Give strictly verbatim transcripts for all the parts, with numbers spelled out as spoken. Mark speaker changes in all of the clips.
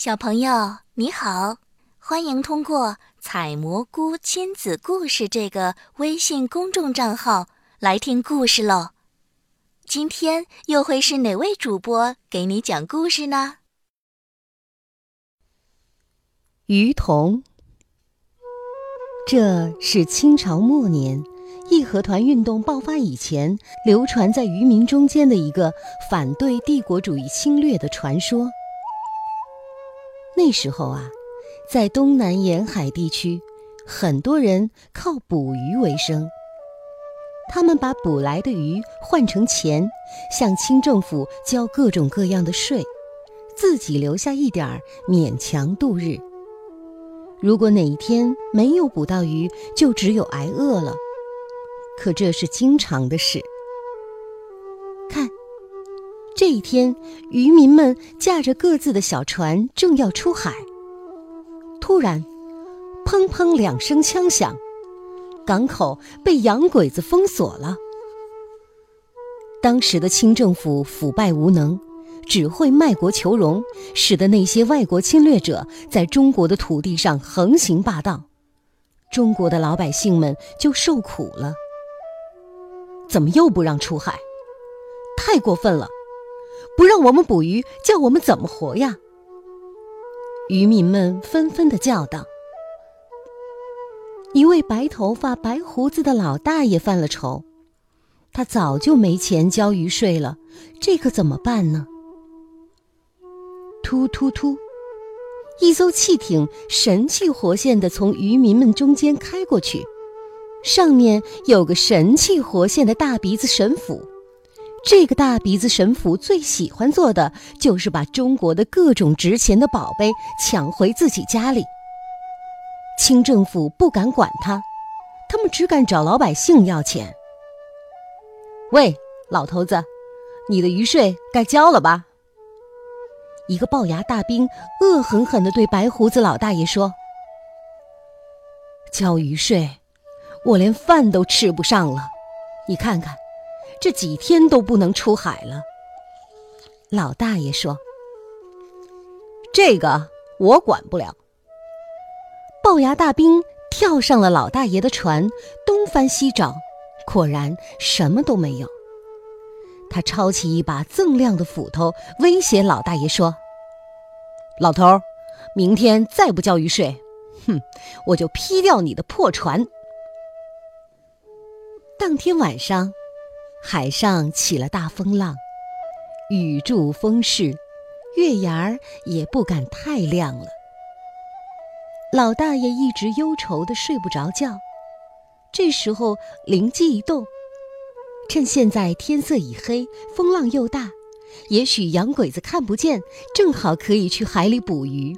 Speaker 1: 小朋友你好，欢迎通过采蘑菇亲子故事这个微信公众账号来听故事喽。今天又会是哪位主播给你讲故事呢？
Speaker 2: 鱼童。这是清朝末年义和团运动爆发以前流传在渔民中间的一个反对帝国主义侵略的传说。那时候啊，在东南沿海地区，很多人靠捕鱼为生。他们把捕来的鱼换成钱，向清政府交各种各样的税，自己留下一点儿勉强度日。如果哪一天没有捕到鱼，就只有挨饿了。可这是经常的事。看，这一天，渔民们驾着各自的小船正要出海，突然，砰砰两声枪响，港口被洋鬼子封锁了。当时的清政府腐败无能，只会卖国求荣，使得那些外国侵略者在中国的土地上横行霸道，中国的老百姓们就受苦了。怎么又不让出海？太过分了！不让我们捕鱼，叫我们怎么活呀？渔民们纷纷地叫道。一位白头发白胡子的老大爷犯了愁，他早就没钱交鱼税了，这可怎么办呢？突突突，一艘汽艇神气活现地从渔民们中间开过去，上面有个神气活现的大鼻子神父。这个大鼻子神父最喜欢做的就是把中国的各种值钱的宝贝抢回自己家里。清政府不敢管他，他们只敢找老百姓要钱。喂，老头子，你的鱼税该交了吧？一个龅牙大兵恶狠狠地对白胡子老大爷说：交鱼税，我连饭都吃不上了，你看看，这几天都不能出海了。老大爷说：这个我管不了。龅牙大兵跳上了老大爷的船，东翻西找，果然什么都没有。他抄起一把锃亮的斧头，威胁老大爷说：老头，明天再不交鱼税，哼，我就劈掉你的破船。当天晚上，海上起了大风浪，雨助风势，月牙儿也不敢太亮了。老大爷一直忧愁地睡不着觉，这时候灵机一动，趁现在天色已黑，风浪又大，也许洋鬼子看不见，正好可以去海里捕鱼。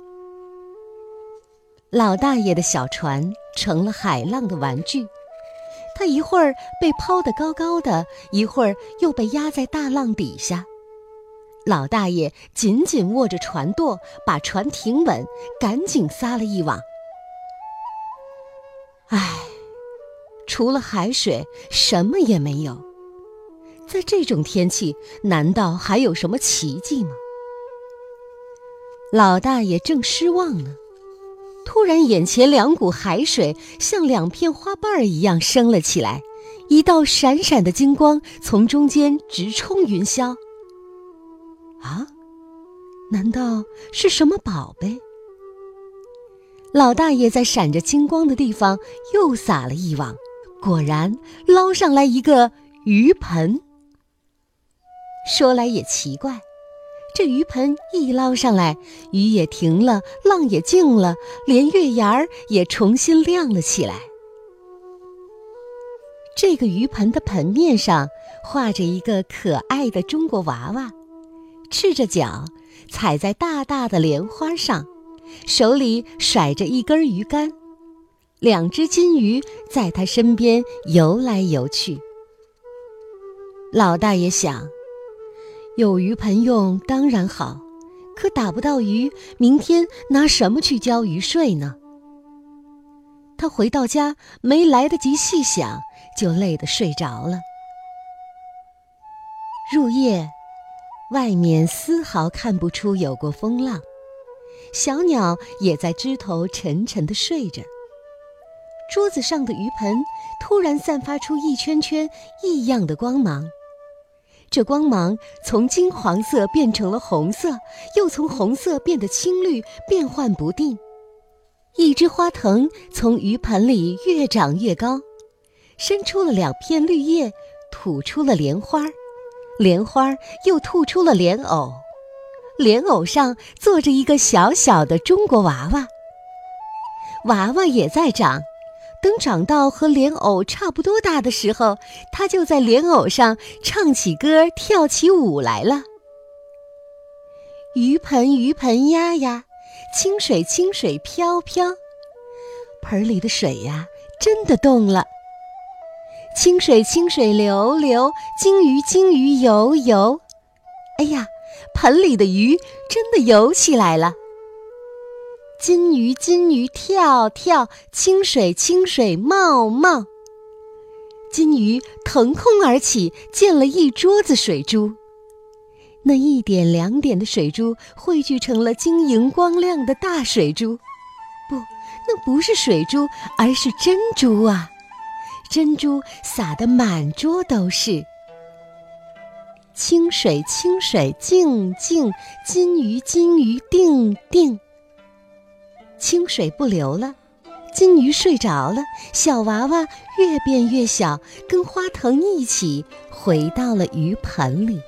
Speaker 2: 老大爷的小船成了海浪的玩具，他一会儿被抛得高高的，一会儿又被压在大浪底下。老大爷紧紧握着船舵，把船停稳，赶紧撒了一网。唉，除了海水，什么也没有。在这种天气，难道还有什么奇迹吗？老大爷正失望呢，突然眼前两股海水像两片花瓣一样升了起来，一道闪闪的金光从中间直冲云霄。啊，难道是什么宝贝？老大爷在闪着金光的地方又撒了一网，果然捞上来一个鱼盆。说来也奇怪，这鱼盆一捞上来，雨也停了，浪也静了，连月牙儿也重新亮了起来。这个鱼盆的盆面上画着一个可爱的中国娃娃，赤着脚踩在大大的莲花上，手里甩着一根鱼竿，两只金鱼在他身边游来游去。老大爷想，有鱼盆用当然好，可打不到鱼，明天拿什么去交鱼税呢？他回到家，没来得及细想，就累得睡着了。入夜，外面丝毫看不出有过风浪， 小鸟也在枝头沉沉地睡着。桌子上的鱼盆突然散发出一圈圈异样的光芒，这光芒从金黄色变成了红色，又从红色变得青绿，变幻不定。一只花藤从鱼盆里越长越高，伸出了两片绿叶，吐出了莲花，莲花又吐出了莲藕，莲藕上坐着一个小小的中国娃娃。娃娃也在长，等长到和莲藕差不多大的时候，它就在莲藕上唱起歌，跳起舞来了。鱼盆鱼盆呀呀，清水清水飘飘，盆里的水呀真的动了。清水清水流流，金鱼金鱼游游，哎呀，盆里的鱼真的游起来了。金鱼金鱼跳跳，清水清水冒冒，金鱼腾空而起，溅了一桌子水珠。那一点两点的水珠汇聚成了晶莹光亮的大水珠，不，那不是水珠，而是珍珠啊！珍珠洒得满桌都是。清水清水静静，金鱼金鱼定定。清水不流了，金鱼睡着了，小娃娃越变越小，跟花藤一起回到了鱼盆里。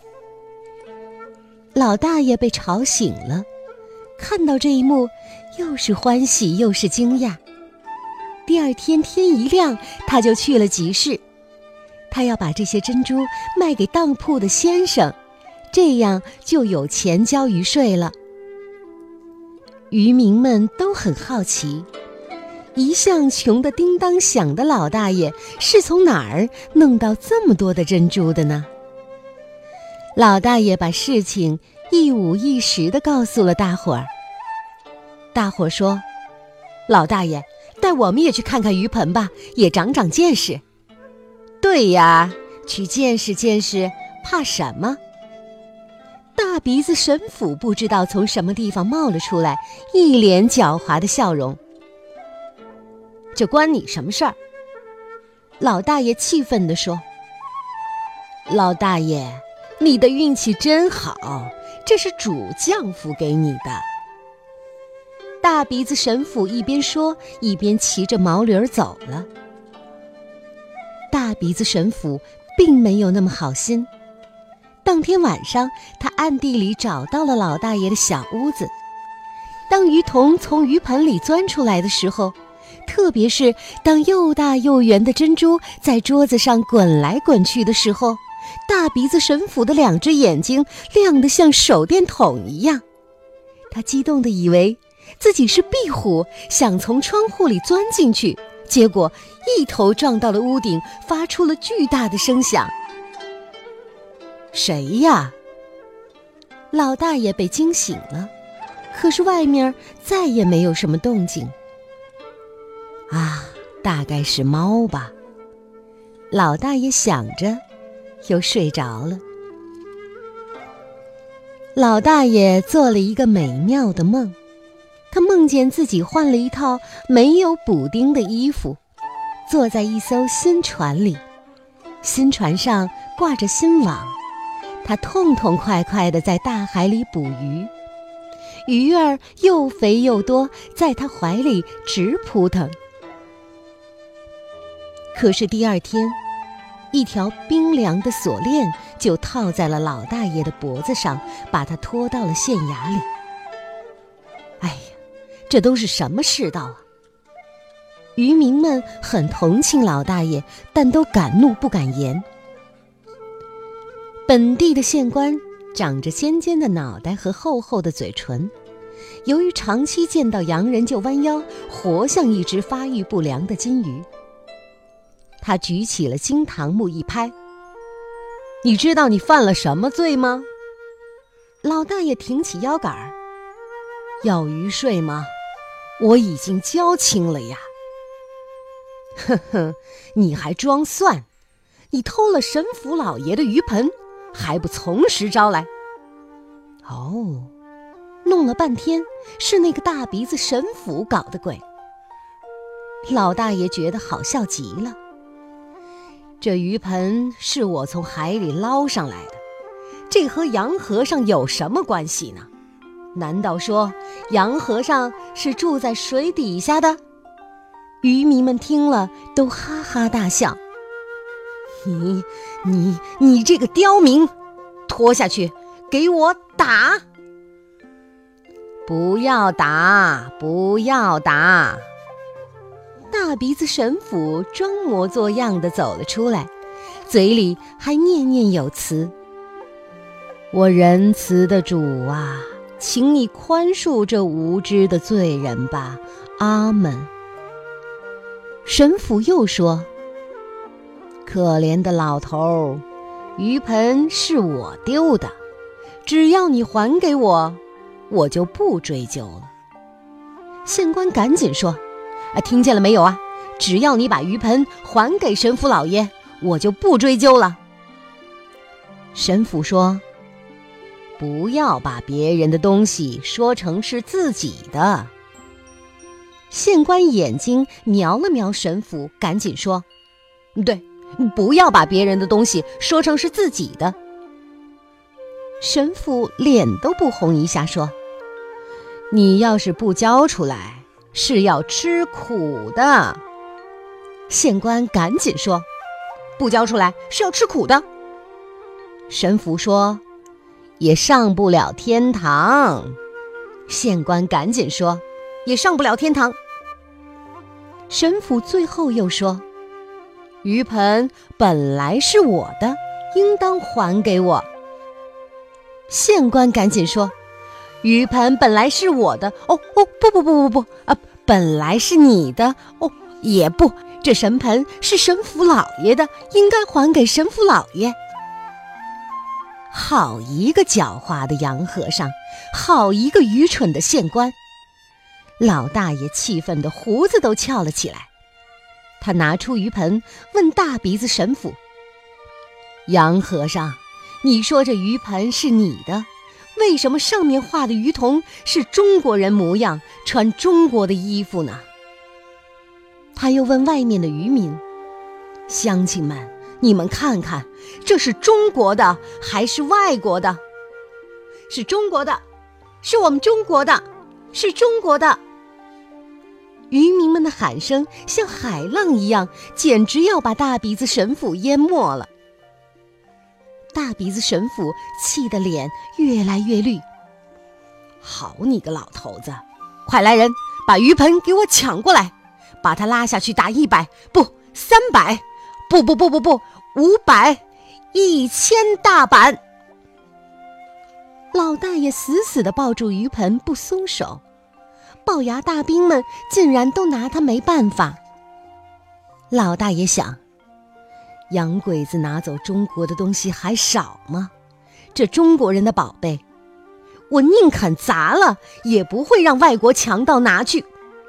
Speaker 2: 老大爷被吵醒了，看到这一幕，又是欢喜又是惊讶。第二天天一亮，他就去了集市，他要把这些珍珠卖给当铺的先生，这样就有钱交鱼税了。渔民们都很好奇，一向穷得叮当响的老大爷是从哪儿弄到这么多的珍珠的呢？老大爷把事情一五一十地告诉了大伙儿。大伙儿说：“老大爷，带我们也去看看鱼盆吧，也长长见识。”“对呀，去见识见识，怕什么？”大鼻子神父不知道从什么地方冒了出来，一脸狡猾的笑容。“这关你什么事儿？”老大爷气愤地说。“老大爷，你的运气真好，这是主降福给你的。”大鼻子神父一边说，一边骑着毛驴儿走了。大鼻子神父并没有那么好心。当天晚上，他暗地里找到了老大爷的小屋子。当鱼童从鱼盆里钻出来的时候，特别是当又大又圆的珍珠在桌子上滚来滚去的时候，大鼻子神父的两只眼睛亮得像手电筒一样。他激动地以为自己是壁虎，想从窗户里钻进去，结果一头撞到了屋顶，发出了巨大的声响。“谁呀？”老大爷被惊醒了，可是外面再也没有什么动静。“啊，大概是猫吧。”老大爷想着，又睡着了。老大爷做了一个美妙的梦，他梦见自己换了一套没有补丁的衣服，坐在一艘新船里，新船上挂着新网，他痛痛快快地在大海里捕鱼，鱼儿又肥又多，在他怀里直扑腾。可是第二天，一条冰凉的锁链就套在了老大爷的脖子上，把他拖到了县衙里。哎呀，这都是什么世道啊！渔民们很同情老大爷，但都敢怒不敢言。本地的县官长着尖尖的脑袋和厚厚的嘴唇，由于长期见到洋人就弯腰，活像一只发育不良的金鱼。他举起了金堂木一拍：“你知道你犯了什么罪吗？”老大爷挺起腰杆儿：“要鱼税吗？我已经交清了呀。”“呵呵，你还装蒜？你偷了神府老爷的鱼盆，还不从实招来？”“哦，那弄了半天是那个大鼻子神父搞的鬼。老大爷觉得好笑极了。这鱼盆是我从海里捞上来的，这和洋和尚有什么关系呢？难道说洋和尚是住在水底下的？渔民们听了都哈哈大笑。你你你这个刁民，拖下去给我打！不要打，不要打！大鼻子神父装模作样地走了出来，嘴里还念念有词：我仁慈的主啊，请你宽恕这无知的罪人吧，阿门。神父又说：可怜的老头，鱼盆是我丢的，只要你还给我，我就不追究了。县官赶紧说：啊，听见了没有啊？只要你把鱼盆还给神父老爷，我就不追究了。神父说：不要把别人的东西说成是自己的。县官眼睛瞄了瞄神父，赶紧说：对，不要把别人的东西说成是自己的。神父脸都不红一下说：你要是不交出来，是要吃苦的。县官赶紧说：不交出来是要吃苦的。神父说：也上不了天堂。县官赶紧说：也上不了天堂。神父最后又说：鱼盆本来是我的，应当还给我。县官赶紧说：鱼盆本来是我的，哦哦，不不不不不啊，本来是你的，哦，也不，这神盆是神父老爷的，应该还给神父老爷。好一个狡猾的洋和尚，好一个愚蠢的县官！老大爷气愤的胡子都翘了起来。他拿出鱼盆，问大鼻子神父：洋和尚，你说这鱼盆是你的，为什么上面画的鱼童是中国人模样，穿中国的衣服呢？他又问外面的渔民：乡亲们，你们看看，这是中国的还是外国的？是中国的，是我们中国的，是中国的。渔民们的喊声像海浪一样，简直要把大鼻子神父淹没了。大鼻子神父气得脸越来越绿。好你个老头子，快来人，把鱼盆给我抢过来，把他拉下去打一百，不，三百，不不不不不，五百，一千大板。老大爷死死地抱住鱼盆不松手，龅牙大兵们竟然都拿他没办法。老大爷想，洋鬼子拿走中国的东西还少吗？这中国人的宝贝，我宁肯砸了，也不会让外国强盗拿去。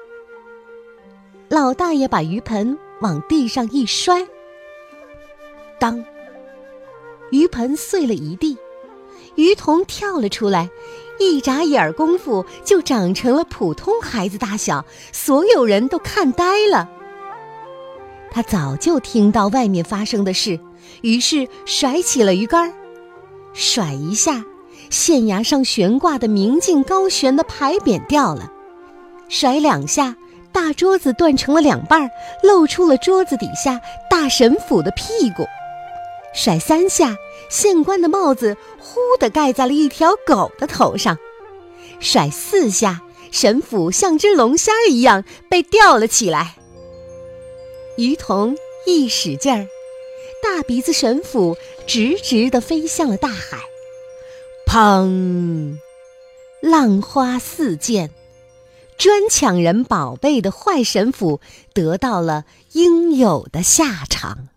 Speaker 2: 老大爷把鱼盆往地上一摔，当，鱼盆碎了一地，鱼童跳了出来，一眨眼功夫就长成了普通孩子大小，所有人都看呆了。他早就听到外面发生的事，于是甩起了鱼竿，甩一下，县衙上悬挂的明镜高悬的牌匾掉了；甩两下，大桌子断成了两半，露出了桌子底下大神父的屁股；甩三下，县官的帽子忽地盖在了一条狗的头上；甩四下，神父像只龙虾一样被吊了起来。鱼童一使劲儿，大鼻子神父直直地飞向了大海。砰！浪花四溅，专抢人宝贝的坏神父得到了应有的下场。